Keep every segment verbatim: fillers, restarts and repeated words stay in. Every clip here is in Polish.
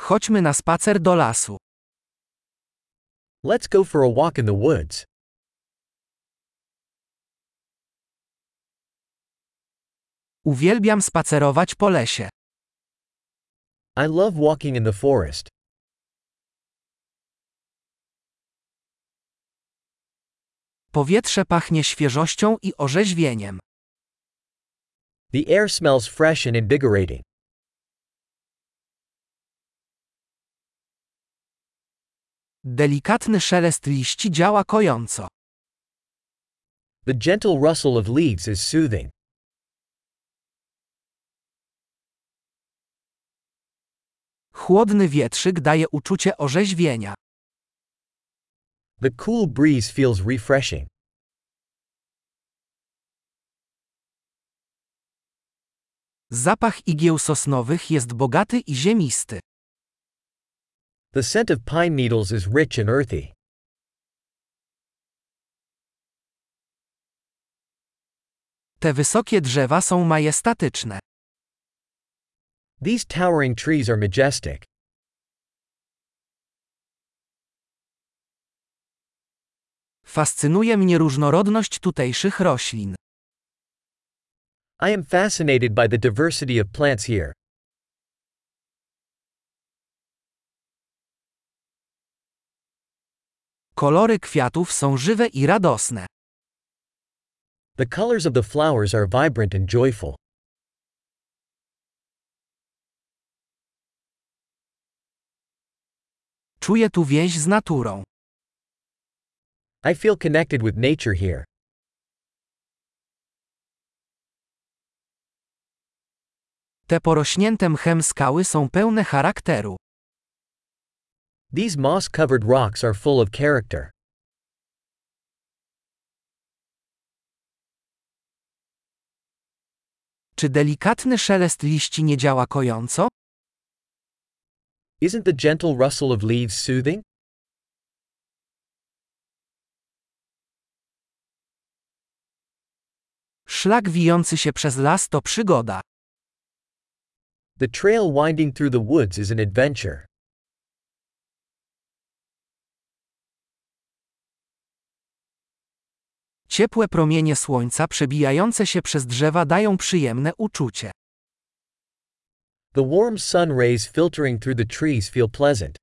Chodźmy na spacer do lasu. Let's go for a walk in the woods. Uwielbiam spacerować po lesie. I love walking in the forest. Powietrze pachnie świeżością i orzeźwieniem. The air smells fresh and invigorating. Delikatny szelest liści działa kojąco. The gentle rustle of leaves is soothing. Chłodny wietrzyk daje uczucie orzeźwienia. The cool breeze feels refreshing. Zapach igieł sosnowych jest bogaty i ziemisty. The scent of pine needles is rich and earthy. Te wysokie drzewa są majestatyczne. These towering trees are majestic. Fascynuje mnie różnorodność tutejszych roślin. I am fascinated by the diversity of plants here. Kolory kwiatów są żywe i radosne. The colors of the flowers are vibrant and joyful. Czuję tu więź z naturą. I feel connected with nature here. Te porośnięte mchem skały są pełne charakteru. These moss-covered rocks are full of character. Czy delikatny szelest liści nie działa kojąco? Isn't the gentle rustle of leaves soothing? Szlak wijący się przez las to przygoda. The trail winding through the woods is an adventure. Ciepłe promienie słońca przebijające się przez drzewa dają przyjemne uczucie. The warm sun rays filtering through the trees feel pleasant.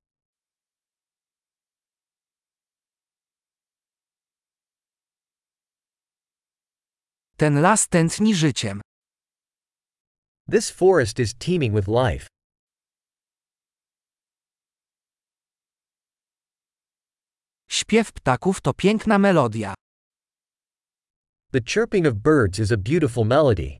Ten las tętni życiem. This forest is teeming with life. Śpiew ptaków to piękna melodia. The chirping of birds is a beautiful melody.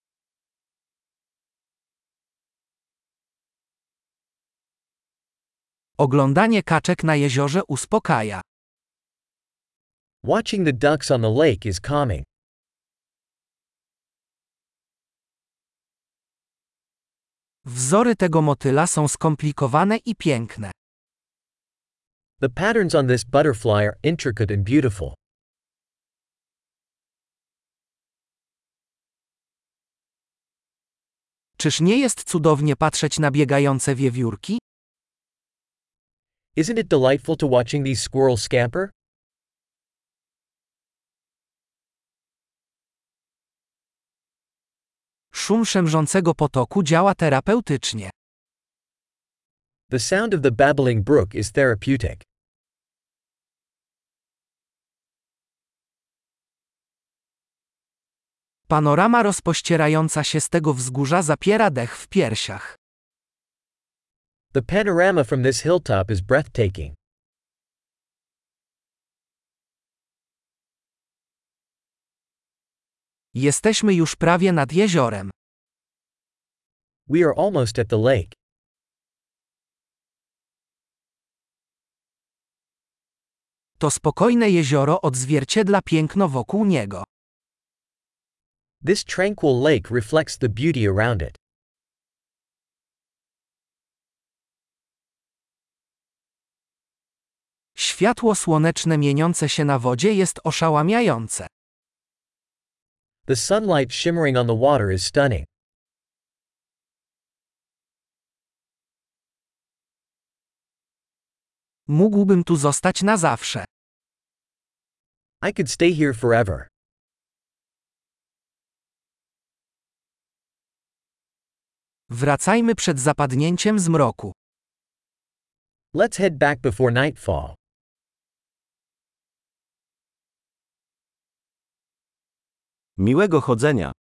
Oglądanie kaczek na jeziorze uspokaja. Watching the ducks on the lake is calming. Wzory tego motyla są skomplikowane i piękne. The patterns on this butterfly are intricate and beautiful. Czyż nie jest cudownie patrzeć na biegające wiewiórki? Isn't it delightful to watching these squirrels scamper? Szum szemrzącego potoku działa terapeutycznie. The sound of the babbling brook is therapeutic. Panorama rozpościerająca się z tego wzgórza zapiera dech w piersiach. The panorama from this hilltop is breathtaking. Jesteśmy już prawie nad jeziorem. We are almost at the lake. To spokojne jezioro odzwierciedla piękno wokół niego. This tranquil lake reflects the beauty around it. Światło słoneczne mieniące się na wodzie jest oszałamiające. The sunlight shimmering on the water is stunning. Mógłbym tu zostać na zawsze. I could stay here forever. Wracajmy przed zapadnięciem zmroku. Let's head back before nightfall. Miłego chodzenia.